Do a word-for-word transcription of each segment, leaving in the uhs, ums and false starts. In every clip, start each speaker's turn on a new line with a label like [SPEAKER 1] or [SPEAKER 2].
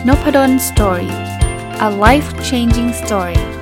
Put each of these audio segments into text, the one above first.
[SPEAKER 1] Nopadon Story. A life-changing story.ส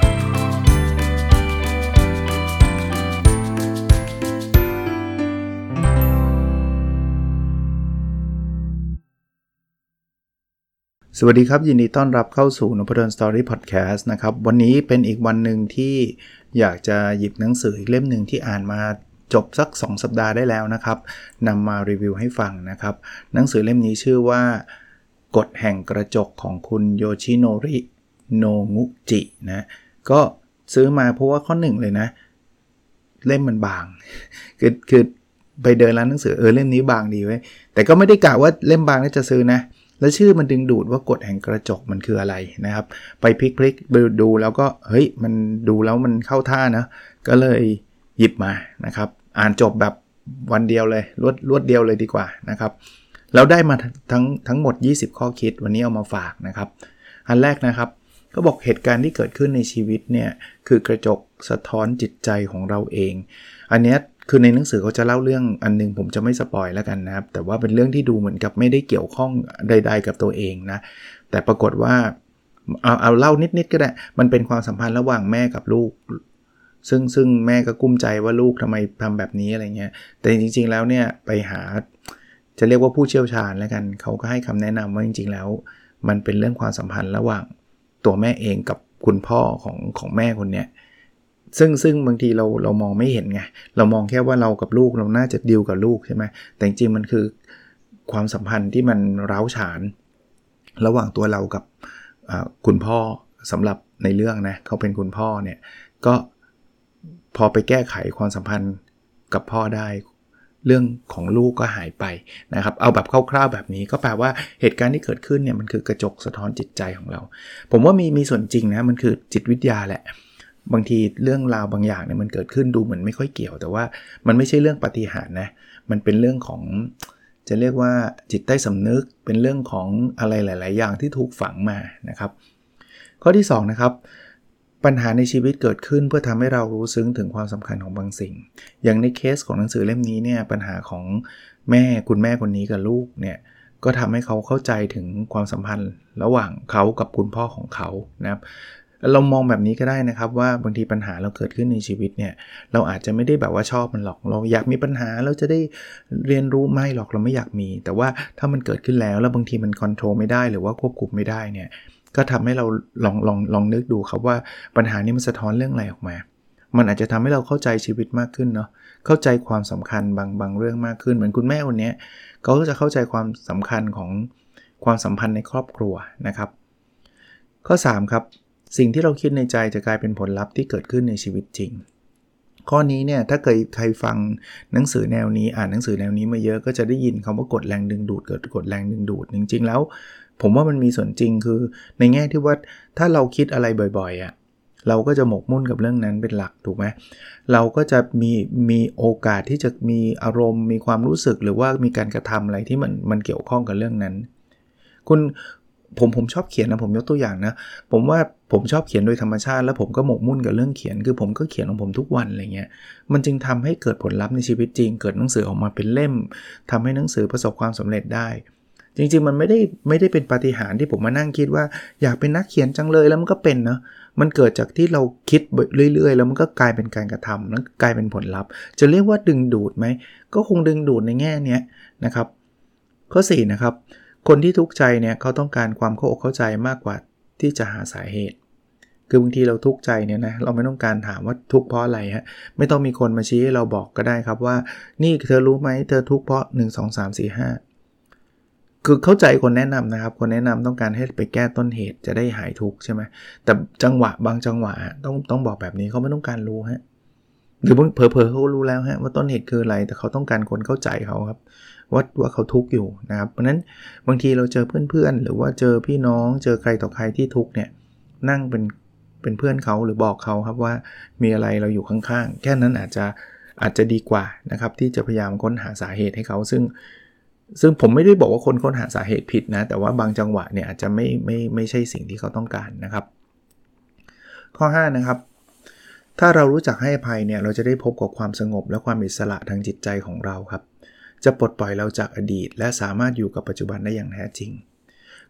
[SPEAKER 1] วัสดีครับยินดีต้อนรับเข้าสู่ Nopadon Story Podcast นะครับวันนี้เป็นอีกวันหนึ่งที่อยากจะหยิบหนังสืออีกเล่มหนึ่งที่อ่านมาจบสักสองสัปดาห์ได้แล้วนะครับนำมารีวิวให้ฟังนะครับหนังสือเล่มนี้ชื่อว่ากฎแห่งกระจกของคุณโยชิโนริโนงุจินะก็ซื้อมาเพราะว่าข้อหนึ่งเลยนะเล่มมันบางคือคือไปเดินร้านหนังสือเออเล่มนี้บางดีเว้ยแต่ก็ไม่ได้กะว่าเล่มบางแล้วจะซื้อนะแล้วชื่อมันดึงดูดว่ากฎแห่งกระจกมันคืออะไรนะครับไปพลิกๆไปดูแล้วก็เฮ้ยมันดูแล้วมันเข้าท่านะก็เลยหยิบมานะครับอ่านจบแบบวันเดียวเลยรวดรวดเดียวเลยดีกว่านะครับแล้วได้มาทั้งทั้งหมดยี่สิบข้อคิดวันนี้เอามาฝากนะครับอันแรกนะครับก็บอกเหตุการณ์ที่เกิดขึ้นในชีวิตเนี่ยคือกระจกสะท้อนจิตใจของเราเองอันเนี้ยคือในหนังสือเขาจะเล่าเรื่องอันนึงผมจะไม่สปอยแล้วกันนะครับแต่ว่าเป็นเรื่องที่ดูเหมือนกับไม่ได้เกี่ยวข้องใดๆกับตัวเองนะแต่ปรากฏว่าเอาเอาเล่านิดๆก็ได้มันเป็นความสัมพันธ์ระหว่างแม่กับลูกซึ่งซึ่งแม่ก็กุ้มใจว่าลูกทำไมทำแบบนี้อะไรเงี้ยแต่จริงๆแล้วเนี่ยไปหาจะเรียกว่าผู้เชี่ยวชาญแล้วกันเขาก็ให้คำแนะนำว่าจริงๆแล้วมันเป็นเรื่องความสัมพันธ์ระหว่างตัวแม่เองกับคุณพ่อของของแม่คนเนี้ยซึ่งซึ่งบางทีเราเรามองไม่เห็นไงเรามองแค่ว่าเรากับลูกเราน่าจะดีลกับลูกใช่ไหมแต่จริงๆมันคือความสัมพันธ์ที่มันร้าวฉานระหว่างตัวเรากับคุณพ่อสำหรับในเรื่องนะเขาเป็นคุณพ่อเนี่ยก็พอไปแก้ไขความสัมพันธ์กับพ่อได้เรื่องของลูกก็หายไปนะครับเอาแบบคร่าวๆแบบนี้ก็แปลว่าเหตุการณ์ที่เกิดขึ้นเนี่ยมันคือกระจกสะท้อนจิตใจของเราผมว่ามีมีส่วนจริงนะมันคือจิตวิทยาแหละบางทีเรื่องราวบางอย่างเนี่ยมันเกิดขึ้นดูเหมือนไม่ค่อยเกี่ยวแต่ว่ามันไม่ใช่เรื่องปาฏิหาริย์นะมันเป็นเรื่องของจะเรียกว่าจิตใต้สำนึกเป็นเรื่องของอะไรหลายๆอย่างที่ถูกฝังมานะครับข้อที่สองนะครับปัญหาในชีวิตเกิดขึ้นเพื่อทำให้เรารู้ซึ้งถึงความสำคัญของบางสิ่งอย่างในเคสของหนังสือเล่มนี้เนี่ยปัญหาของแม่คุณแม่คนนี้กับลูกเนี่ยก็ทำให้เขาเข้าใจถึงความสัมพันธ์ระหว่างเขากับคุณพ่อของเขานะครับเรามองแบบนี้ก็ได้นะครับว่าบางทีปัญหาเราเกิดขึ้นในชีวิตเนี่ยเราอาจจะไม่ได้แบบว่าชอบมันหรอกเราอยากมีปัญหาเราจะได้เรียนรู้ไม่หรอกเราไม่อยากมีแต่ว่าถ้ามันเกิดขึ้นแล้วแล้วบางทีมันคอนโทรลไม่ได้หรือว่าควบคุมไม่ได้เนี่ยก็ทำให้เราลองลองลองนึกดูครับว่าปัญหานี้มันสะท้อนเรื่องอะไรออกมามันอาจจะทำให้เราเข้าใจชีวิตมากขึ้นเนาะเข้าใจความสำคัญบางบางเรื่องมากขึ้นเหมือนคุณแม่คนนี้เขาก็จะเข้าใจความสำคัญของความสัมพันธ์ในครอบครัวนะครับข้อสามครับสิ่งที่เราคิดในใจจะกลายเป็นผลลัพธ์ที่เกิดขึ้นในชีวิตจริงข้อนี้เนี่ยถ้าเคยใครฟังหนังสือแนวนี้อ่านหนังสือแนวนี้มาเยอะก็จะได้ยินคำว่ากฎแรงดึงดูดเกิดกฎแรงดึงดูดจริงๆแล้วผมว่ามันมีส่วนจริงคือในแง่ที่ว่าถ้าเราคิดอะไรบ่อยๆอ่ะเราก็จะหมกมุ่นกับเรื่องนั้นเป็นหลักถูกไหมเราก็จะมีมีโอกาสที่จะมีอารมณ์มีความรู้สึกหรือว่ามีการกระทำอะไรที่มันมันเกี่ยวข้องกับเรื่องนั้นคุณผมผมชอบเขียนนะผมยกตัวอย่างนะผมว่าผมชอบเขียนโดยธรรมชาติแล้วผมก็หมกมุ่นกับเรื่องเขียนคือผมก็เขียนของผมทุกวันอะไรเงี้ยมันจึงทำให้เกิดผลลัพธ์ในชีวิตจริงเกิดหนังสือออกมาเป็นเล่มทำให้หนังสือประสบความสำเร็จได้จริงๆมันไม่ได้ไม่ได้เป็นปาฏิหาริย์ที่ผมมานั่งคิดว่าอยากเป็นนักเขียนจังเลยแล้วมันก็เป็นเนาะมันเกิดจากที่เราคิดเรื่อยๆแล้วมันก็กลายเป็นการกระทำแล้วกลายเป็นผลลัพธ์จะเรียกว่าดึงดูดไหมก็คงดึงดูดในแง่นี้นะครับข้อสี่นะครับคนที่ทุกข์ใจเนี่ยเขาต้องการความเข้าอกเข้าใจมากกว่าที่จะหาสาเหตุคือบางทีเราทุกข์ใจเนี่ยนะเราไม่ต้องการถามว่าทุกข์เพราะอะไรฮะไม่ต้องมีคนมาชี้ให้เราบอกก็ได้ครับว่านี่เธอรู้ไหมเธอทุกข์เพราะหนึ่ง สอง สาม สี่ ห้าคือเข้าใจคนแนะนำนะครับคนแนะนำต้องการให้ไปแก้ต้นเหตุจะได้หายทุกข์ใช่ไหมแต่จังหวะบางจังหวะต้องต้องบอกแบบนี้เขาไม่ต้องการรู้ฮะหรือเผลอๆเขารู้แล้วฮะว่าต้นเหตุคืออะไรแต่เขาต้องการคนเข้าใจเขาครับว่าว่าเขาทุกข์อยู่นะครับเพราะนั้นบางทีเราเจอเพื่อนๆหรือว่าเจอพี่น้องเจอใครต่อใครที่ทุกข์เนี่ยนั่งเป็นเป็นเพื่อนเขาหรือบอกเขาครับว่ามีอะไรเราอยู่ข้างๆแค่นั้นอาจจะอาจจะดีกว่านะครับที่จะพยายามค้นหาสาเหตุให้เขาซึ่งซึ่งผมไม่ได้บอกว่าคนค้นหาสาเหตุผิดนะแต่ว่าบางจังหวะเนี่ยอาจจะไม่ไม่ไม่ใช่สิ่งที่เขาต้องการนะครับข้อห้านะครับถ้าเรารู้จักให้อภัยเนี่ยเราจะได้พบกับความสงบและความอิสระทางจิตใจของเราครับจะปลดปล่อยเราจากอดีตและสามารถอยู่กับปัจจุบันได้อย่างแท้จริง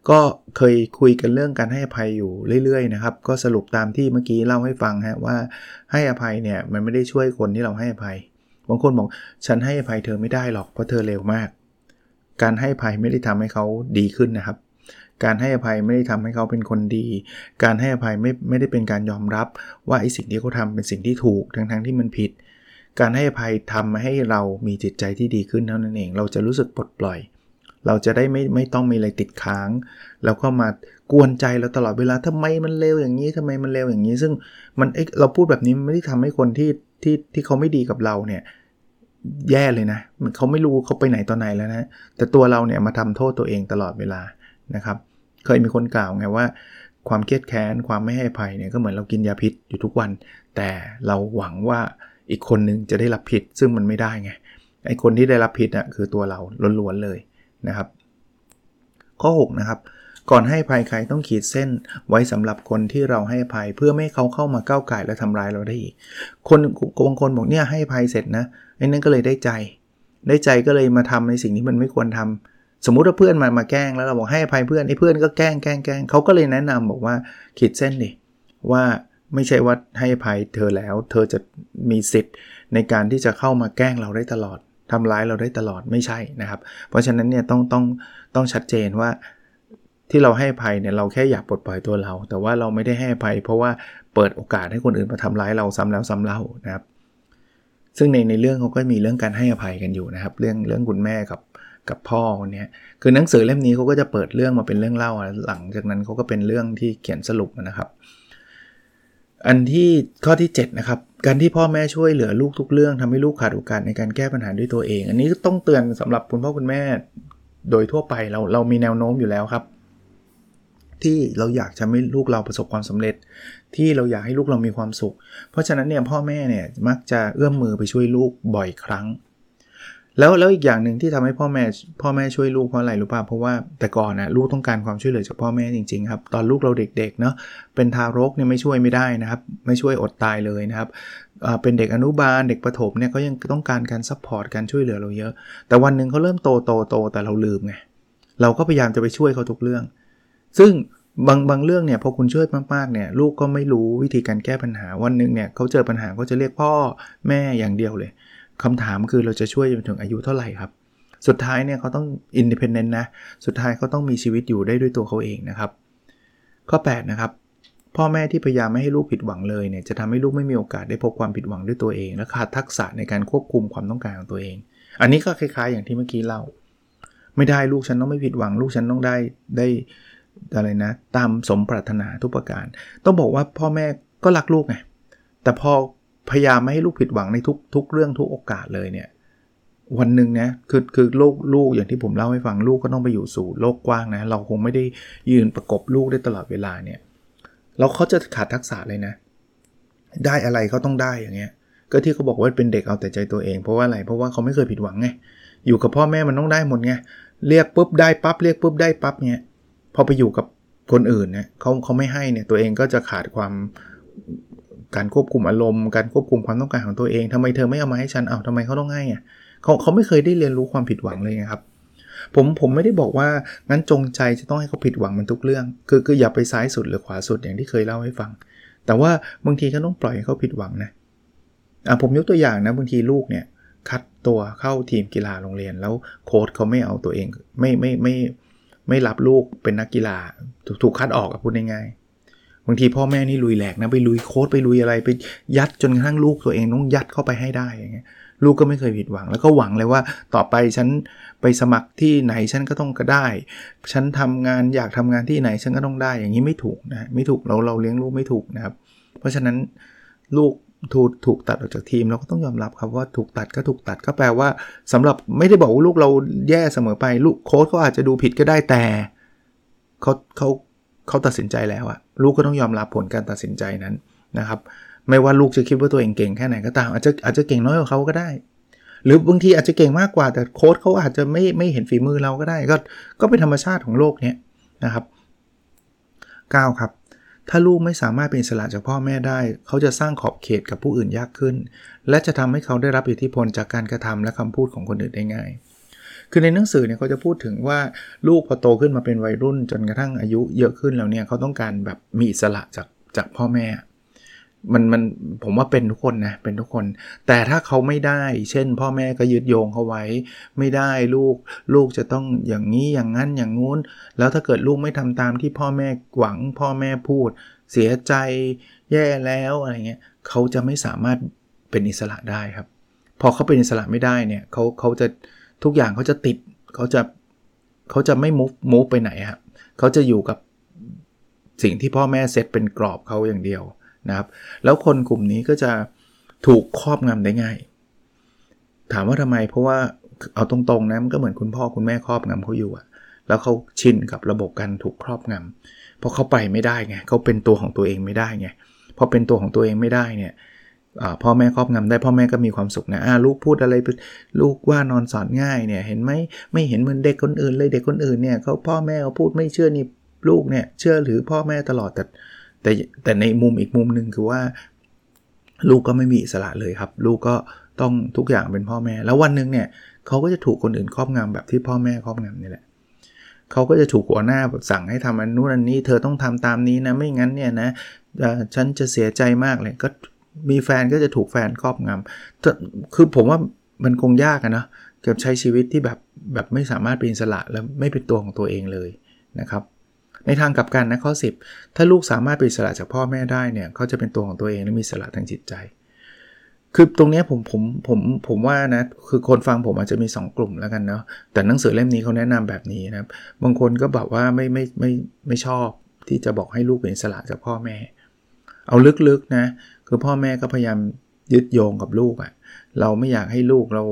[SPEAKER 1] ก็เคยคุยกันเรื่องการให้อภัยอยู่เรื่อยๆนะครับก็สรุปตามที่เมื่อกี้เล่าให้ฟังฮะว่าให้อภัยเนี่ยมันไม่ได้ช่วยคนที่เราให้อภัยบางคนบอกฉันให้อภัยเธอไม่ได้หรอกเพราะเธอเร็วมากการให้อภัยไม่ได้ทำให้เขาดีขึ้นนะครับการให้อภัยไม่ได้ทำให้เขาเป็นคนดีการให้อภัยไม่ไม่ได้เป็นการยอมรับว่าไอ้สิ่งที่เขาทำเป็นสิ่งที่ถูกทั้งๆที่มันผิดการให้อภัยทำให้เรามีจิตใจที่ดีขึ้นเท่านั้นเองเราจะรู้สึกปลดปล่อยเราจะได้ไม่ไม่ต้องมีอะไรติดค้างแล้วก็มากวนใจเราตลอดเวลาทำไมมันเลวอย่างนี้ทำไมมันเลวอย่างนี้ซึ่งมันเอ๊ะเราพูดแบบนี้มันไม่ได้ทำให้คนที่ที่ที่เขาไม่ดีกับเราเนี่ยแย่เลยนะเขาไม่รู้เขาไปไหนตอนไหนแล้วนะแต่ตัวเราเนี่ยมาทำโทษตัวเองตลอดเวลานะครับเคยมีคนกล่าวไงว่าความเครียดแค้นความไม่ให้อภัยเนี่ยก็เหมือนเรากินยาพิษอยู่ทุกวันแต่เราหวังว่าอีกคนนึงจะได้รับผิดซึ่งมันไม่ได้ไงไอ้คนที่ได้รับผิดอ่ะคือตัวเราล้วนๆเลยนะครับข้อหกนะครับก่อนให้อภัยใครต้องขีดเส้นไว้สำหรับคนที่เราให้อภัยเพื่อไม่ให้เขาเข้ามาก้าวก่ายและทำร้ายเราได้อีกคนบางคนบอกเนี่ยให้อภัยเสร็จนะไอ้นั่นก็เลยได้ใจได้ใจก็เลยมาทำในสิ่งที่มันไม่ควรทำสมมุติว่าเพื่อนมามาแกล้งแล้วเราบอกให้อภัยเพื่อนไอ้เพื่อนก็แกล้งแกล้งแกล้งเขาก็เลยแนะนำบอกว่าขีดเส้นดิว่าไม่ใช่ว่าให้อภัยเธอแล้วเธอจะมีสิทธิ์ในการที่จะเข้ามาแกล้งเราได้ตลอดทำร้ายเราได้ตลอดไม่ใช่นะครับเพราะฉะนั้นเนี่ยต้องต้องต้องชัดเจนว่าที่เราให้อภัยเนี่ยเราแค่อยากปลดปล่อยตัวเราแต่ว่าเราไม่ได้ให้อภัยเพราะว่าเปิดโอกาสให้คนอื่นมาทำร้ายเราซ้ำแล้วซ้ำเล่านะครับซึ่งในในเรื่องเขาก็มีเรื่องการให้อภัยกันอยู่นะครับเรื่องเรื่องคุณแม่กับกับพ่อเนี่ยคือหนังสือเล่มนี้เขาก็จะเปิดเรื่องมาเป็นเรื่องเล่าหลังจากนั้นเขาก็เป็นเรื่องที่เขียนสรุปนะครับอันที่ข้อที่เจ็ดนะครับการที่พ่อแม่ช่วยเหลือลูกทุกเรื่องทำให้ลูกขาดโอกาสในการแก้ปัญหาด้วยตัวเองอันนี้ต้องเตือนสำหรับคุณพ่อคุณแม่โดยทั่วไปเราเรามีแนวโน้มอยู่แล้วครับที่เราอยากจะให้ลูกเราประสบความสำเร็จที่เราอยากให้ลูกเรามีความสุขเพราะฉะนั้นเนี่ยพ่อแม่เนี่ยมักจะเอื้อมมือไปช่วยลูกบ่อยครั้งแล้วแล้วอีกอย่างหนึ่งที่ทำให้พ่อแม่พ่อแม่ช่วยลูกเพราะอะไรรู้ป่ะเพราะว่าแต่ก่อนนะลูกต้องการความช่วยเหลือจากพ่อแม่จริงๆครับตอนลูกเราเด็กๆเนาะเป็นทารกเนี่ยไม่ช่วยไม่ได้นะครับไม่ช่วยอดตายเลยนะครับเป็นเด็กอนุบาลเด็กประถมเนี่ยก็ยังต้องการการซัพพอร์ตการช่วยเหลือเราเยอะแต่วันนึงเขาเริ่มโตโตโตแต่เราลืมไงเราก็พยายามจะไปช่วยเขาทุกเรื่องซึ่งบางบางเรื่องเนี่ยพอคุณช่วยมากๆเนี่ยลูกก็ไม่รู้วิธีการแก้ปัญหาวันนึงเนี่ยเขาเจอปัญหาก็จะเรียกพ่อแม่อย่างเดียวเลยคำถามคือเราจะช่วยจนถึงอายุเท่าไหร่ครับสุดท้ายเนี่ยเขาต้อง independent นะสุดท้ายเขาต้องมีชีวิตอยู่ได้ด้วยตัวเขาเองนะครับข้อแปดนะครับพ่อแม่ที่พยายามไม่ให้ลูกผิดหวังเลยเนี่ยจะทำให้ลูกไม่มีโอกาสได้พบความผิดหวังด้วยตัวเองและขาดทักษะในการควบคุมความต้องการของตัวเองอันนี้ก็คล้ายๆอย่างที่เมื่อกี้เล่าไม่ได้ลูกฉันต้องไม่ผิดหวังลูกฉันต้องได้ได้อะไรนะตามสมปรารถนาทุกประการต้องบอกว่าพ่อแม่ก็รักลูกไงแต่พอพยายามไม่ให้ลูกผิดหวังในทุกทุกเรื่องทุกโอกาสเลยเนี่ยวันหนึ่งนะคือคือลูกลูกอย่างที่ผมเล่าให้ฟังลูกก็ต้องไปอยู่สู่โลกกว้างนะเราคงไม่ได้ยืนประกบลูกได้ตลอดเวลาเนี่ยแล้วเขาจะขาดทักษะเลยนะได้อะไรเขาต้องได้อย่างเงี้ยก็ที่เขาบอกว่าเป็นเด็กเอาแต่ใจตัวเองเพราะว่าอะไรเพราะว่าเขาไม่เคยผิดหวังไงอยู่กับพ่อแม่มันต้องได้หมดไงเรียกปุ๊บได้ปั๊บเรียกปุ๊บได้ปั๊บเงี้ยพอไปอยู่กับคนอื่นเนี่ยเขาเขาไม่ให้เนี่ยตัวเองก็จะขาดความการควบคุมอารมณ์การควบคุมความต้องการของตัวเองทำไมเธอไม่เอามาให้ฉันเอาทำไมเขาต้องให้อ่ะเขาเขาไม่เคยได้เรียนรู้ความผิดหวังเลยครับผมผมไม่ได้บอกว่างั้นจงใจจะต้องให้เขาผิดหวังมันทุกเรื่องคือคืออย่าไปซ้ายสุดหรือขวาสุดอย่างที่เคยเล่าให้ฟังแต่ว่าบางทีก็ต้องปล่อยให้เขาผิดหวังนะอ่ะผมยกตัวอย่างนะบางทีลูกเนี่ยคัดตัวเข้าทีมกีฬาโรงเรียนแล้วโค้ชเขาไม่เอาตัวเองไม่ไม่ไม่ไม่รับลูกเป็นนักกีฬาถูกคัดออกอ่ะพูดง่ายๆบางทีพ่อแม่นี่ลุยแหลกนะไปลุยโค้ชไปลุยอะไรไปยัดจนกระทั่งลูกตัวเองต้องยัดเข้าไปให้ได้อย่างเงี้ยลูกก็ไม่เคยผิดหวังแล้วก็หวังเลยว่าต่อไปฉันไปสมัครที่ไหนฉันก็ต้องก็ได้ฉันทำงานอยากทำงานที่ไหนฉันก็ต้องได้อย่างนี้ไม่ถูกนะไม่ถูกเราเราเลี้ยงลูกไม่ถูกนะครับเพราะฉะนั้นลูกถูกถูกตัดออกจากทีมเราก็ต้องยอมรับครับว่าถูกตัดก็ถูกตัดก็แปลว่าสำหรับไม่ได้บอกว่าลูกเราแย่เสมอไปลูกโค้ชเขาอาจจะดูผิดก็ได้แต่เขาเขาเขาตัดสินใจแล้วอะลูกก็ต้องยอมรับผลการตัดสินใจนั้นนะครับไม่ว่าลูกจะคิดว่าตัวเองเก่งแค่ไหนก็ตามอาจจะอาจจะเก่งน้อยกว่าเขาก็ได้หรือบางทีอาจจะเก่งมากกว่าแต่โค้ชเขาอาจจะไม่ไม่เห็นฝีมือเราก็ได้ก็ก็เป็นธรรมชาติของโลกนี้นะครับเก้าครับถ้าลูกไม่สามารถเป็นอิสระจากพ่อแม่ได้เขาจะสร้างขอบเขตกับผู้อื่นยากขึ้นและจะทำให้เขาได้รับอิทธิพลจากการกระทำและคำพูดของคนอื่นได้ง่ายคือในหนังสือเนี่ยเขาจะพูดถึงว่าลูกพอโตขึ้นมาเป็นวัยรุ่นจนกระทั่งอายุเยอะขึ้นแล้วเนี่ยเขาต้องการแบบมีอิสระจากจากพ่อแม่มันมันผมว่าเป็นทุกคนนะเป็นทุกคนแต่ถ้าเขาไม่ได้เช่นพ่อแม่ก็ยึดโยงเขาไว้ไม่ได้ลูกลูกจะต้องอย่างนี้อย่างนั้นอย่างงู้นแล้วถ้าเกิดลูกไม่ทำตามที่พ่อแม่หวังพ่อแม่พูดเสียใจแย่แล้วอะไรเงี้ยเขาจะไม่สามารถเป็นอิสระได้ครับพอเขาเป็นอิสระไม่ได้เนี่ยเขาเขาจะทุกอย่างเขาจะติดเขาจะเขาจะไม่ move move ไปไหนครับเขาจะอยู่กับสิ่งที่พ่อแม่เซตเป็นกรอบเขาอย่างเดียวนะครับแล้วคนกลุ่มนี้ก็จะถูกครอบงำได้ง่ายถามว่าทำไมเพราะว่าเอาตรงๆนะมันก็เหมือนคุณพ่อคุณแม่ครอบงำเขาอยู่อะแล้วเขาชินกับระบบการถูกครอบงำเพราะเขาไปไม่ได้ไงเขาเป็นตัวของตัวเองไม่ได้ไงพอเป็นตัวของตัวเองไม่ได้เนี่ยพ่อแม่ครอบงำได้พ่อแม่ก็มีความสุขนะลูกพูดอะไรลูกว่านอนสอนง่ายเนี่ยเห็นไหมไม่เห็นเหมือนเด็กคนอื่นเลยเด็กคนอื่นเนี่ยเขาพ่อแม่เขาพูดไม่เชื่อนี่ลูกเนี่ยเชื่อหรือพ่อแม่ตลอดแต่แต่แต่ในมุมอีกมุมนึงคือว่าลูกก็ไม่มีอิสระเลยครับลูกก็ต้องทุกอย่างเป็นพ่อแม่แล้ววันนึงเนี่ยเขาก็จะถูกคนอื่นครอบงำแบบที่พ่อแม่ครอบงำนี่แหละเขาก็จะถูกหัวหน้าแบบสั่งให้ทำอันนู้นอันนี้เธอต้องทำตามนี้นะไม่งั้นเนี่ยนะฉันจะเสียใจมากเลยก็มีแฟนก็จะถูกแฟนครอบงำคือผมว่ามันคงยากนะกับใช้ชีวิตที่แบบแบบไม่สามารถเป็นอิสระและไม่เป็นตัวของตัวเองเลยนะครับในทางกลับกันนะข้อสิบถ้าลูกสามารถเป็นอิสระจากพ่อแม่ได้เนี่ยเขาจะเป็นตัวของตัวเองและมีอิสระทางจิตใจคือตรงนี้ผมผมผมผมว่านะคือคนฟังผมอาจจะมีสองกลุ่มแล้วกันเนาะแต่หนังสือเล่มนี้เขาแนะนำแบบนี้นะครับบางคนก็แบบว่าไม่ไม่ไม่ไม่ชอบที่จะบอกให้ลูกเป็นอิสระจากพ่อแม่เอาลึกๆนะคือพ่อแม่ก็พยายามยึดโยงกับลูกอะเราไม่อยากให้ลูกเรา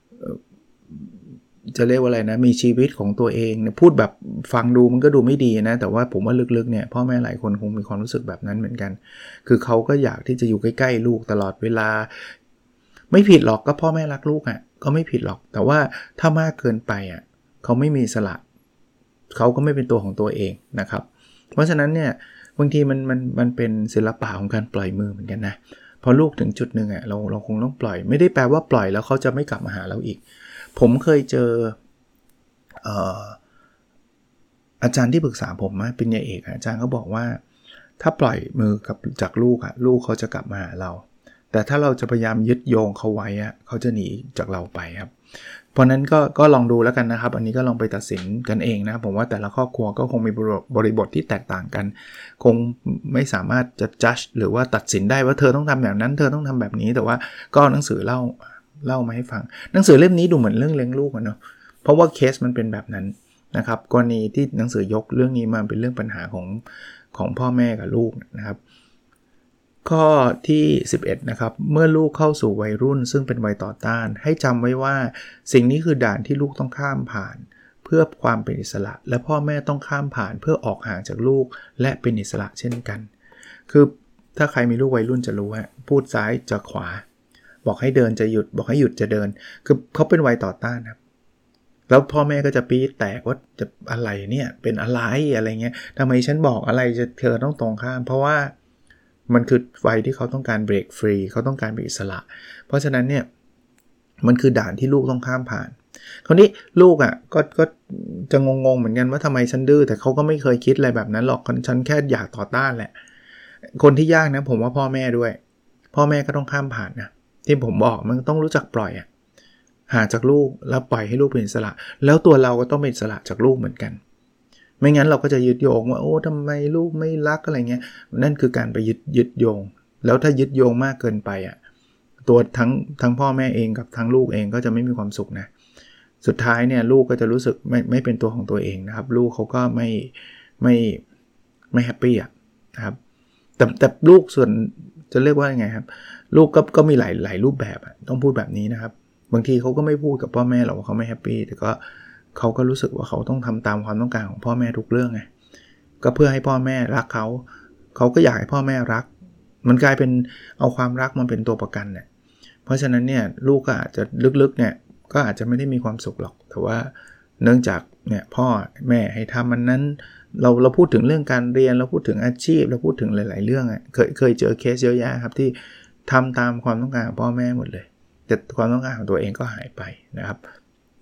[SPEAKER 1] จะเรียกว่าอะไรนะมีชีวิตของตัวเองเนี่ยพูดแบบฟังดูมันก็ดูไม่ดีนะแต่ว่าผมว่าลึกๆเนี่ยพ่อแม่หลายคนคงมีความรู้สึกแบบนั้นเหมือนกันคือเขาก็อยากที่จะอยู่ใกล้ๆลูกตลอดเวลาไม่ผิดหรอกก็พ่อแม่รักลูกอ่ะก็ไม่ผิดหรอกแต่ว่าถ้ามากเกินไปอ่ะเขาไม่มีอิสระเขาก็ไม่เป็นตัวของตัวเองนะครับเพราะฉะนั้นเนี่ยบางทีมันมันมันเป็นศิลปะของการปล่อยมือเหมือนกันนะพอลูกถึงจุดนึงอ่ะเราเราคงต้องปล่อยไม่ได้แปลว่าปล่อยแล้วเขาจะไม่กลับมาหาเราอีกผมเคยเจอเอ่ออาจารย์ที่ปรึกษาผมมาปริญญาเอกอาจารย์เขาบอกว่าถ้าปล่อยมือกับจากลูกอ่ะลูกเขาจะกลับมาหาเราแต่ถ้าเราจะพยายามยึดโยงเขาไว้อ่ะเขาจะหนีจากเราไปครับเพราะนั้นก็ก็ลองดูแล้วกันนะครับอันนี้ก็ลองไปตัดสินกันเองนะผมว่าแต่ละครอบครัวก็คงมีบริบทที่แตกต่างกันคงไม่สามารถจะ judge หรือว่าตัดสินได้ว่าเธอต้องทำแบบนั้นเธอต้องทำแบบนี้แต่ว่าก็หนังสือเล่าเล่ามาให้ฟังหนังสือเล่มนี้ดูเหมือนเรื่องเลี้ยงลูกอะเนาะเพราะว่าเคสมันเป็นแบบนั้นนะครับกรณีที่หนังสือยกเรื่องนี้มาเป็นเรื่องปัญหาของของพ่อแม่กับลูกนะครับข้อที่สิบเอ็ดนะครับเมื่อลูกเข้าสู่วัยรุ่นซึ่งเป็นวัยต่อต้านให้จำไว้ว่าสิ่งนี้คือด่านที่ลูกต้องข้ามผ่านเพื่อความเป็นอิสระและพ่อแม่ต้องข้ามผ่านเพื่อออกห่างจากลูกและเป็นอิสระเช่นกันคือถ้าใครมีลูกวัยรุ่นจะรู้ฮะพูดซ้ายจะขวาบอกให้เดินจะหยุดบอกให้หยุดจะเดินคือเขาเป็นวัยต่อต้านครับแล้วพ่อแม่ก็จะปี๊ดแตกว่าจะอะไรเนี่ยเป็นอะไรอะไรเงี้ยทำไมฉันบอกอะไรจะเธอต้องตรงข้ามเพราะว่ามันคือวัยที่เขาต้องการเบรกฟรีเขาต้องการเป็นอิสระเพราะฉะนั้นเนี่ยมันคือด่านที่ลูกต้องข้ามผ่านคราวนี้ลูกอ่ะก็ก็จะงงๆเหมือนกันว่าทำไมฉันดื้อแต่เขาก็ไม่เคยคิดอะไรแบบนั้นหรอกฉันแค่อยากต่อต้านแหละคนที่ยากนะผมว่าพ่อแม่ด้วยพ่อแม่ก็ต้องข้ามผ่านนะที่ผมบอกมันต้องรู้จักปล่อยอ่ะห่างจากลูกแล้วปล่อยให้ลูกเป็นอิสระแล้วตัวเราก็ต้องเป็นอิสระจากลูกเหมือนกันไม่งั้นเราก็จะยึดโยงว่าโอ้ทำไมลูกไม่รักอะไรเงี้ยนั่นคือการไปยึดยึดโยงแล้วถ้ายึดโยงมากเกินไปอ่ะตัวทั้งทั้งพ่อแม่เองกับทั้งลูกเองก็จะไม่มีความสุขนะสุดท้ายเนี่ยลูกก็จะรู้สึกไม่ไม่เป็นตัวของตัวเองนะครับลูกเขาก็ไม่ไม่ไม่แฮปปี้อ่ะนะครับแต่แต่ลูกส่วนจะเรียกว่ายังไงครับลูกก็ก็มีหลายหลายรูปแบบต้องพูดแบบนี้นะครับบางทีเขาก็ไม่พูดกับพ่อแม่หรอกว่าเขาไม่แฮปปี้แต่ก็เขาก็รู้สึกว่าเขาต้องทำตามความต้องการของพ่อแม่ทุกเรื่องไงก็เพื่อให้พ่อแม่รักเขาเขาก็อยากให้พ่อแม่รักมันกลายเป็นเอาความรักมาเป็นตัวประกันเนี่ยเพราะฉะนั้นเนี่ยลูกก็อาจจะลึกๆเนี่ยก็อาจจะไม่ได้มีความสุขหรอกแต่ว่าเนื่องจากเนี่ยพ่อแม่ให้ทำมันนั้นเราเราพูดถึงเรื่องการเรียนเราพูดถึงอาชีพเราพูดถึงหลายๆเรื่องอ่ะเคยเคยเจอเคสเยอะแยะครับที่ทำตามความต้องการของพ่อแม่หมดเลยแต่ความต้องการของตัวเองก็หายไปนะครับ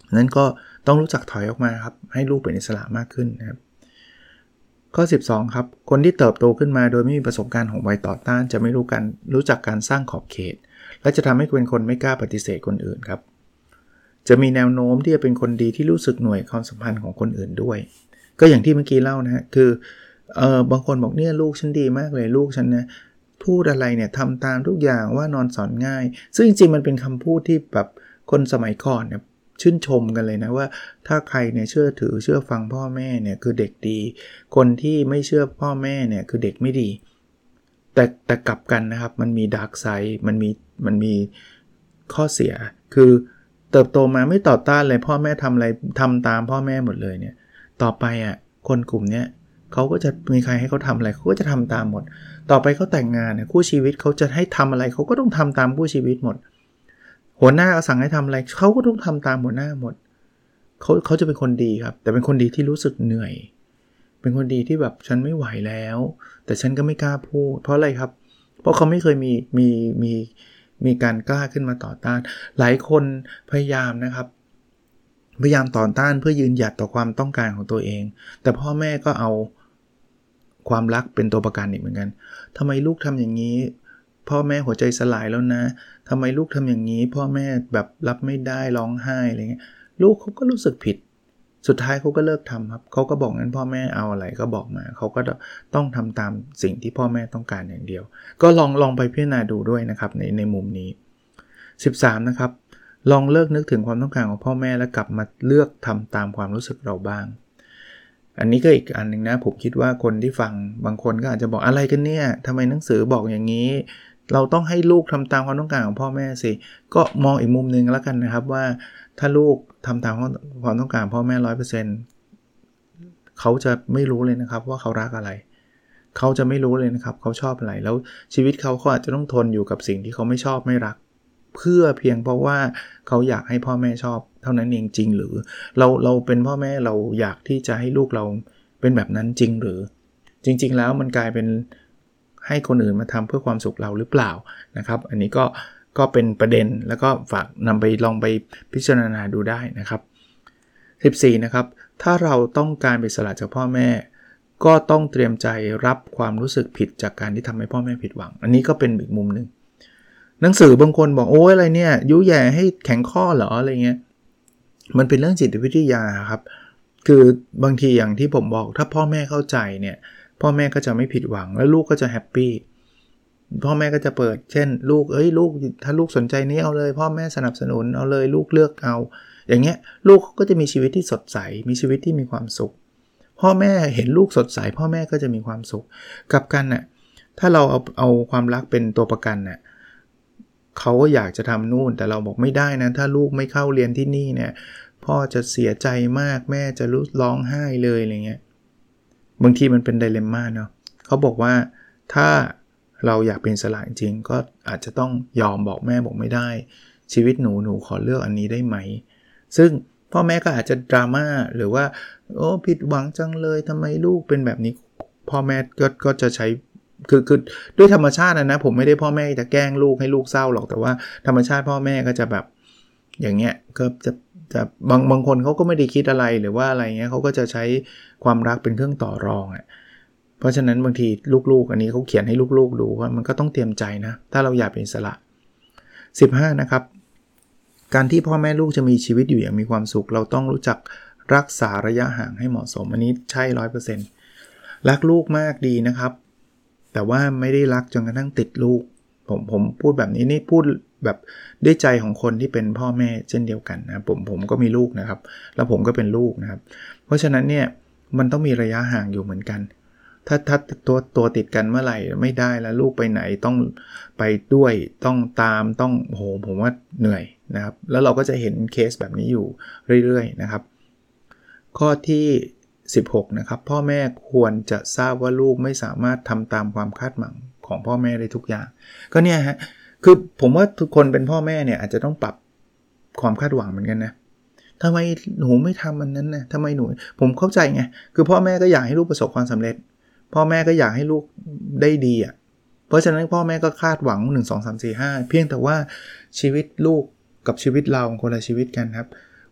[SPEAKER 1] นั้นก็ต้องรู้จักถอยออกมาครับให้ลูกเป็นอิสระมากขึ้นนะครับข้อสิบสองครับคนที่เติบโตขึ้นมาโดยไม่มีประสบการณ์ของวัยต่อต้านจะไม่รู้การรู้จักการสร้างขอบเขตและจะทำให้เป็นคนไม่กล้าปฏิเสธคนอื่นครับจะมีแนวโน้มที่จะเป็นคนดีที่รู้สึกหน่วยความสัมพันธ์ของคนอื่นด้วยก็อย่างที่เมื่อกี้เล่านะฮะคือเอ่อบางคนบอกเนี่ยลูกฉันดีมากเลยลูกฉันนะพูดอะไรเนี่ยทำตามทุกอย่างว่านอนสอนง่ายซึ่งจริงๆมันเป็นคำพูดที่แบบคนสมัยก่อนเนี่ยชื่นชมกันเลยนะว่าถ้าใครเนี่ยเชื่อถือเชื่อฟังพ่อแม่เนี่ยคือเด็กดีคนที่ไม่เชื่อพ่อแม่เนี่ยคือเด็กไม่ดีแต่แต่กลับกันนะครับมันมีดาร์กไซด์มันมีมันมีข้อเสียคือเติบโตมาไม่ต่อต้านเลยพ่อแม่ทำอะไรทำตามพ่อแม่หมดเลยเนี่ยต่อไปอ่ะคนกลุ่มเนี้ยเขาก็จะมีใครให้เขาทำอะไรเขาก็จะทำตามหมดต่อไปเขาแต่งงานเนี่ยคู่ชีวิตเขาจะให้ทำอะไรเขาก็ต้องทำตามคู่ชีวิตหมดหัวหน้าสั่งให้ทำอะไรเขาก็ต้องทำตามหัวหน้าหมดเขาเขาจะเป็นคนดีครับแต่เป็นคนดีที่รู้สึกเหนื่อยเป็นคนดีที่แบบฉันไม่ไหวแล้วแต่ฉันก็ไม่กล้าพูดเพราะอะไรครับเพราะเขาไม่เคยมีมีมีมีการกล้าขึ้นมาต่อต้านหลายคนพยายามนะครับพยายามต่อต้านเพื่อยืนหยัดต่อความต้องการของตัวเองแต่พ่อแม่ก็เอาความรักเป็นตัวประกันอีกเหมือนกันทำไมลูกทำอย่างนี้พ่อแม่หัวใจสลายแล้วนะทำไมลูกทำอย่างนี้พ่อแม่แบบรับไม่ได้ร้องไห้อะไรเงี้ยลูกเขาก็รู้สึกผิดสุดท้ายเขาก็เลิกทำครับเขาก็บอกงั้นพ่อแม่เอาอะไรก็บอกมาเขาก็ต้องทำตามสิ่งที่พ่อแม่ต้องการอย่างเดียวก็ลองลองไปพิจารณาดูด้วยนะครับในในมุมนี้สิบสามนะครับลองเลิกนึกถึงความต้องการของพ่อแม่แล้วกลับมาเลือกทำตามความรู้สึกเราบ้างอันนี้ก็อีกอันนึงนะผมคิดว่าคนที่ฟังบางคนก็อาจจะบอกอะไรกันเนี่ยทำไมหนังสือบอกอย่างนี้เราต้องให้ลูกทำตามความต้องการของพ่อแม่สิก็มองอีกมุมนึงแล้วกันนะครับว่าถ้าลูกทำตามความต้องการพ่อแม่ ร้อยเปอร์เซ็นต์ เขาจะไม่รู้เลยนะครับว่าเขารักอะไรเขาจะไม่รู้เลยนะครับเขาชอบอะไรแล้วชีวิตเขาเขาอาจจะต้องทนอยู่กับสิ่งที่เขาไม่ชอบไม่รักเพื่อเพียงเพราะว่าเขาอยากให้พ่อแม่ชอบเท่านั้นเองจริงหรือเราเราเป็นพ่อแม่เราอยากที่จะให้ลูกเราเป็นแบบนั้นจริงหรือจริงๆแล้วมันกลายเป็นให้คนอื่นมาทำเพื่อความสุขเราหรือเปล่านะครับอันนี้ก็ก็เป็นประเด็นแล้วก็ฝากนำไปลองไปพิจารณาดูได้นะครับสิบสี่นะครับถ้าเราต้องการเป็นอิสระจากพ่อแม่ก็ต้องเตรียมใจรับความรู้สึกผิดจากการที่ทำให้พ่อแม่ผิดหวังอันนี้ก็เป็นอีกมุมนึงหนังสือบางคนบอกโอ้ยอะไรเนี่ยยุแย่ให้แข็งข้อเหรออะไรเงี้ยมันเป็นเรื่องจิตวิทยาครับคือบางทีอย่างที่ผมบอกถ้าพ่อแม่เข้าใจเนี่ยพ่อแม่ก็จะไม่ผิดหวังแล้วลูกก็จะแฮปปี้พ่อแม่ก็จะเปิดเช่นลูกเอ้ยลูกถ้าลูกสนใจนี้เอาเลยพ่อแม่สนับสนุนเอาเลยลูกเลือกเอาอย่างเงี้ยลูกก็จะมีชีวิตที่สดใสมีชีวิตที่มีความสุขพ่อแม่เห็นลูกสดใสพ่อแม่ก็จะมีความสุขกับกันน่ะถ้าเราเอาเอาความรักเป็นตัวประกันน่ะเขาก็อยากจะทำนู่นแต่เราบอกไม่ได้นะถ้าลูกไม่เข้าเรียนที่นี่เนี่ยพ่อจะเสียใจมากแม่จะรู้ร้องไห้เลยอะไรเงี้ยบางทีมันเป็นไดเลมม่าเนาะเขาบอกว่าถ้าเราอยากเป็นอิสระจริงๆก็อาจจะต้องยอมบอกแม่บอกไม่ได้ชีวิตหนูหนูขอเลือกอันนี้ได้ไหมซึ่งพ่อแม่ก็อาจจะดราม่าหรือว่าโอ้ผิดหวังจังเลยทำไมลูกเป็นแบบนี้พ่อแม่ก็ก็จะใช้คือคือด้วยธรรมชาตินะนะผมไม่ได้พ่อแม่จะแกล้งลูกให้ลูกเศร้าหรอกแต่ว่าธรรมชาติพ่อแม่ก็จะแบบอย่างเงี้ยก็จะจะบางบางคนเขาก็ไม่ได้คิดอะไรหรือว่าอะไรเงี้ยเขาก็จะใช้ความรักเป็นเครื่องต่อรองอ่ะเพราะฉะนั้นบางทีลูกๆอันนี้เขาเขียนให้ลูกๆดูว่ามันก็ต้องเตรียมใจนะถ้าเราอยากเป็นอิสระสิบห้านะครับการที่พ่อแม่ลูกจะมีชีวิตอยู่อย่างมีความสุขเราต้องรู้จักรักษาระยะห่างให้เหมาะสมอันนี้ใช่ ร้อยเปอร์เซ็นต์ รักลูกมากดีนะครับแต่ว่าไม่ได้รักจนกระทั่งติดลูกผมผมพูดแบบนี้นี่พูดแบบด้วยใจของคนที่เป็นพ่อแม่เช่นเดียวกันนะผมผมก็มีลูกนะครับแล้วผมก็เป็นลูกนะครับเพราะฉะนั้นเนี่ยมันต้องมีระยะห่างอยู่เหมือนกันถ้าถ้าตัวตัวติดกันเมื่อไหร่ไม่ได้แล้วลูกไปไหนต้องไปด้วยต้องตามต้องโหผมว่าเหนื่อยนะครับแล้วเราก็จะเห็นเคสแบบนี้อยู่เรื่อยๆนะครับข้อที่สิบหกนะครับพ่อแม่ควรจะทราบว่าลูกไม่สามารถทำตามความคาดหวังของพ่อแม่ได้ทุกอย่างก็เนี่ยฮะคือผมว่าทุกคนเป็นพ่อแม่เนี่ยอาจจะต้องปรับความคาดหวังเหมือนกันนะทำไมหนูไม่ทำมันนั้นนะทำไมหนูผมเข้าใจไงคือพ่อแม่ก็อยากให้ลูกประสบความสำเร็จพ่อแม่ก็อยากให้ลูกได้ดีอ่ะเพราะฉะนั้นพ่อแม่ก็คาดหวังหนึ่ง สอง สาม สี่ ห้าเพียงแต่ว่าชีวิตลูกกับชีวิตเราคนละชีวิตกันครับ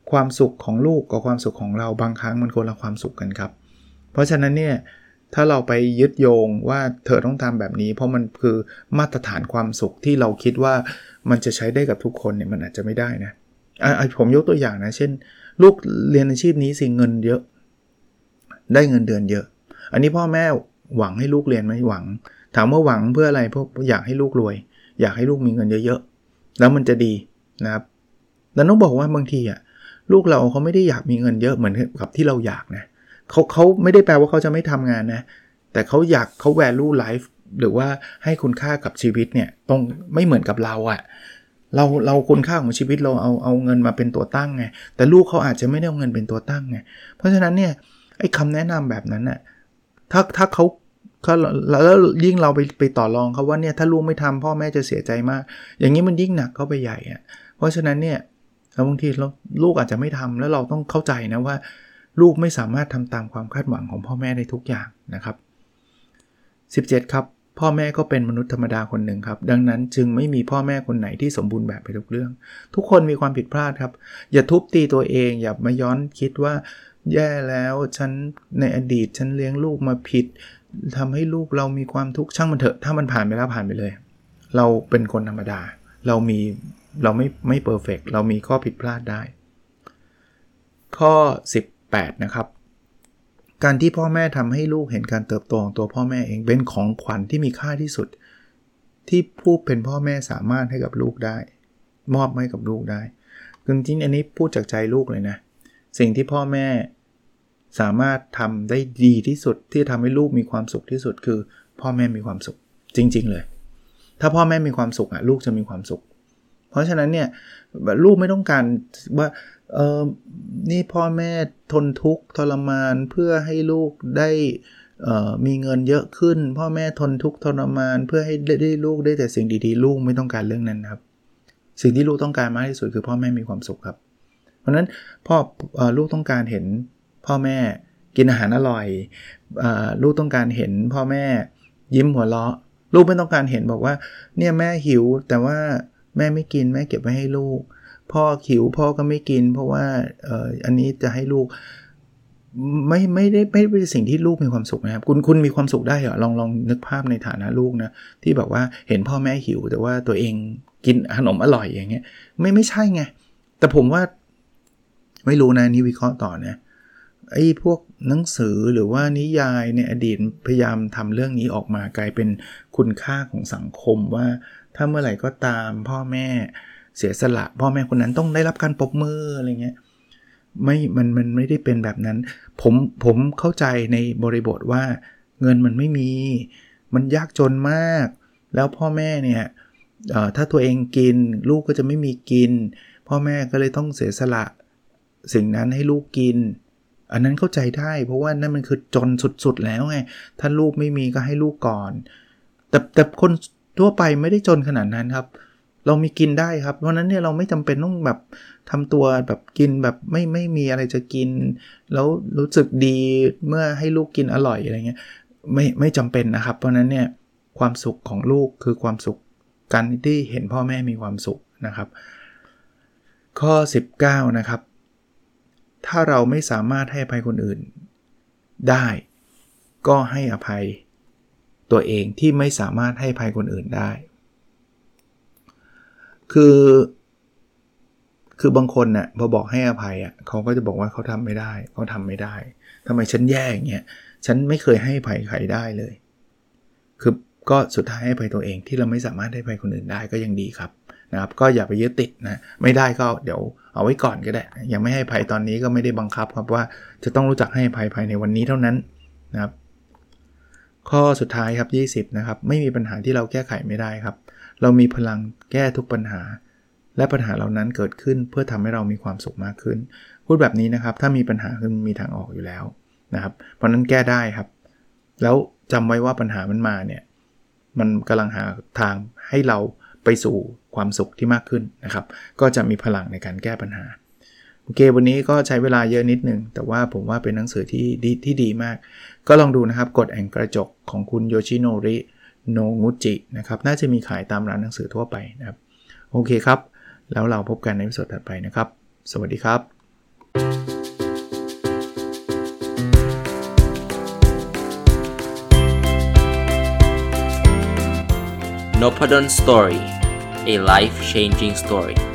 [SPEAKER 1] ความสุขของลูกกับความสุขของเราบางครั้งมันคนละความสุขกันครับเพราะฉะนั้นเนี่ยถ้าเราไปยึดโยงว่าเธอต้องทำแบบนี้เพราะมันคือมาตรฐานความสุขที่เราคิดว่ามันจะใช้ได้กับทุกคนเนี่ยมันอาจจะไม่ได้นะอ่ะผมยกตัวอย่างนะเช่นลูกเรียนอาชีพนี้สิเงินเยอะได้เงินเดือนเยอะอันนี้พ่อแม่หวังให้ลูกเรียนไหมหวังถามว่าหวังเพื่ออะไรเพราะอยากให้ลูกรวยอยากให้ลูกมีเงินเยอะๆแล้วมันจะดีนะครับแต่ต้องบอกว่าบางทีอ่ะลูกเราเขาไม่ได้อยากมีเงินเยอะเหมือนกับที่เราอยากนะเขาเขาไม่ได้แปลว่าเขาจะไม่ทำงานนะแต่เขาอยากเขา value life หรือว่าให้คุณค่ากับชีวิตเนี่ยต้องไม่เหมือนกับเราอ่ะเราเราคุณค่าของชีวิตเราเอาเอาเงินมาเป็นตัวตั้งไงแต่ลูกเขาอาจจะไม่ได้เอาเงินเป็นตัวตั้งไงเพราะฉะนั้นเนี่ยไอ้คำแนะนำแบบนั้นน่ะถ้าถ้าเขาเขาแล้วยิ่งเราไปไปต่อรองเขาว่าเนี่ยถ้าลูกไม่ทำพ่อแม่จะเสียใจมากอย่างนี้มันยิ่งหนักเข้าไปใหญ่อ่ะเพราะฉะนั้นเนี่ยบางทีลูกอาจจะไม่ทำแล้วเราต้องเข้าใจนะว่าลูกไม่สามารถทำตามความคาดหวังของพ่อแม่ได้ทุกอย่างนะครับสิบเจ็ดครับพ่อแม่ก็เป็นมนุษย์ธรรมดาคนหนึ่งครับดังนั้นจึงไม่มีพ่อแม่คนไหนที่สมบูรณ์แบบไปทุกเรื่องทุกคนมีความผิดพลาดครับอย่าทุบตีตัวเองอย่ามาย้อนคิดว่าแย่แล้วฉันในอดีตฉันเลี้ยงลูกมาผิดทำให้ลูกเรามีความทุกข์ช่างมันเถอะถ้ามันผ่านไปแล้วผ่านไปเลยเราเป็นคนธรรมดาเรามีเราไม่ไม่เพอร์เฟกต์เรามีข้อผิดพลาดได้ข้อสิบแปดนะครับการที่พ่อแม่ทำให้ลูกเห็นการเติบโตของตัวพ่อแม่เองเป็นของขวัญที่มีค่าที่สุดที่ผู้เป็นพ่อแม่สามารถให้กับลูกได้มอบให้กับลูกได้จริงๆอันนี้พูดจากใจลูกเลยนะสิ่งที่พ่อแม่สามารถทำได้ดีที่สุดที่ทำให้ลูกมีความสุขที่สุดคือพ่อแม่มีความสุขจริงๆเลยถ้าพ่อแม่มีความสุขอ่ะลูกจะมีความสุขเพราะฉะนั้นเนี่ยลูกไม่ต้องการว่าเออนี่พ่อแม่ทนทุกข์ทรมานเพื่อให้ลูกได้เอ่อมีเงินเยอะขึ้นพ่อแม่ทนทุกข์ทรมานเพื่อให้ได้ลูกได้แต่สิ่งดีๆลูกไม่ต้องการเรื่องนั้นครับสิ่งที่ลูกต้องการมากที่สุดคือพ่อแม่มีความสุขครับเพราะฉะนั้นพ่อเอ่อลูกต้องการเห็นพ่อแม่กินอาหารอร่อยเอ่อลูกต้องการเห็นพ่อแม่ยิ้มหัวเราะลูกไม่ต้องการเห็นบอกว่าเนี่ยแม่หิวแต่ว่าแม่ไม่กินแม่เก็บไว้ให้ลูกพ่อหิวพ่อก็ไม่กินเพราะว่าเอ่ออันนี้จะให้ลูกไม่ไม่ได้ไม่เป็นสิ่งที่ลูกมีความสุขนะครับคุณคุณมีความสุขได้เหรอลองลองนึกภาพในฐานะลูกนะที่แบบว่าเห็นพ่อแม่หิวแต่ว่าตัวเองกินขนมอร่อยอย่างเงี้ยไม่ไม่ใช่ไงแต่ผมว่าไม่รู้นะนี่วิเคราะห์ต่อนะไอ้พวกหนังสือหรือว่านิยายในอดีตพยายามทำเรื่องนี้ออกมากลายเป็นคุณค่าของสังคมว่าถ้าเมื่อไหร่ก็ตามพ่อแม่เสียสละพ่อแม่คนนั้นต้องได้รับการปรบมืออะไรเงี้ยไม่มันมันไม่ได้เป็นแบบนั้นผมผมเข้าใจในบริบทว่าเงินมันไม่มีมันยากจนมากแล้วพ่อแม่เนี่ยเอ่อถ้าตัวเองกินลูกก็จะไม่มีกินพ่อแม่ก็เลยต้องเสียสละสิ่งนั้นให้ลูกกินอันนั้นเข้าใจได้เพราะว่านั่นมันคือจนสุดๆแล้วไงถ้าลูกไม่มีก็ให้ลูกก่อนแต่แต่คนทั่วไปไม่ได้จนขนาดนั้นครับเรามีกินได้ครับเพราะนั้นเนี่ยเราไม่จำเป็นต้องแบบทำตัวแบบกินแบบไม่ไม่มีอะไรจะกินแล้วรู้สึกดีเมื่อให้ลูกกินอร่อยอะไรเงี้ยไม่ไม่จำเป็นนะครับเพราะนั้นเนี่ยความสุขของลูกคือความสุขการที่เห็นพ่อแม่มีความสุขนะครับข้อสิบเก้านะครับถ้าเราไม่สามารถให้อภัยคนอื่นได้ก็ให้อภัยตัวเองที่ไม่สามารถให้อภัยคนอื่นได้คือคือบางคนน่ะพอบอกให้อภัยอ่ะเขาก็จะบอกว่าเขาทำไม่ได้เขาทำไม่ได้ทำไมฉันแย่อย่างเงี้ยฉันไม่เคยให้อภัยใครได้เลยคือก็สุดท้ายให้อภัยตัวเองที่เราไม่สามารถให้อภัยคนอื่นได้ก็ยังดีครับนะครับก็อย่าไปยึดติดนะไม่ได้ก็เดี๋ยวเอาไว้ก่อนก็ได้ยังไม่ให้อภัยตอนนี้ก็ไม่ได้บังคับครับว่าจะต้องรู้จักให้อภัยภายในวันนี้เท่านั้นนะครับข้อสุดท้ายครับยี่สิบนะครับไม่มีปัญหาที่เราแก้ไขไม่ได้ครับเรามีพลังแก้ทุกปัญหาและปัญหาเหล่านั้นเกิดขึ้นเพื่อทำให้เรามีความสุขมากขึ้นพูดแบบนี้นะครับถ้ามีปัญหาคือมีทางออกอยู่แล้วนะครับเพราะนั้นแก้ได้ครับแล้วจำไว้ว่าปัญหามันมาเนี่ยมันกำลังหาทางให้เราไปสู่ความสุขที่มากขึ้นนะครับก็จะมีพลังในการแก้ปัญหาโอเควันนี้ก็ใช้เวลาเยอะนิดนึงแต่ว่าผมว่าเป็นหนังสือที่ดีที่ดีมากก็ลองดูนะครับกฎแห่งกระจกของคุณโยชิโนริโนงุจินะครับน่าจะมีขายตามร้านหนังสือทั่วไปนะครับโอเคครับแล้วเราพบกันในวิดีโอถัดไปนะครับสวัสดีครับ
[SPEAKER 2] Nopadon Story, a life-changing story.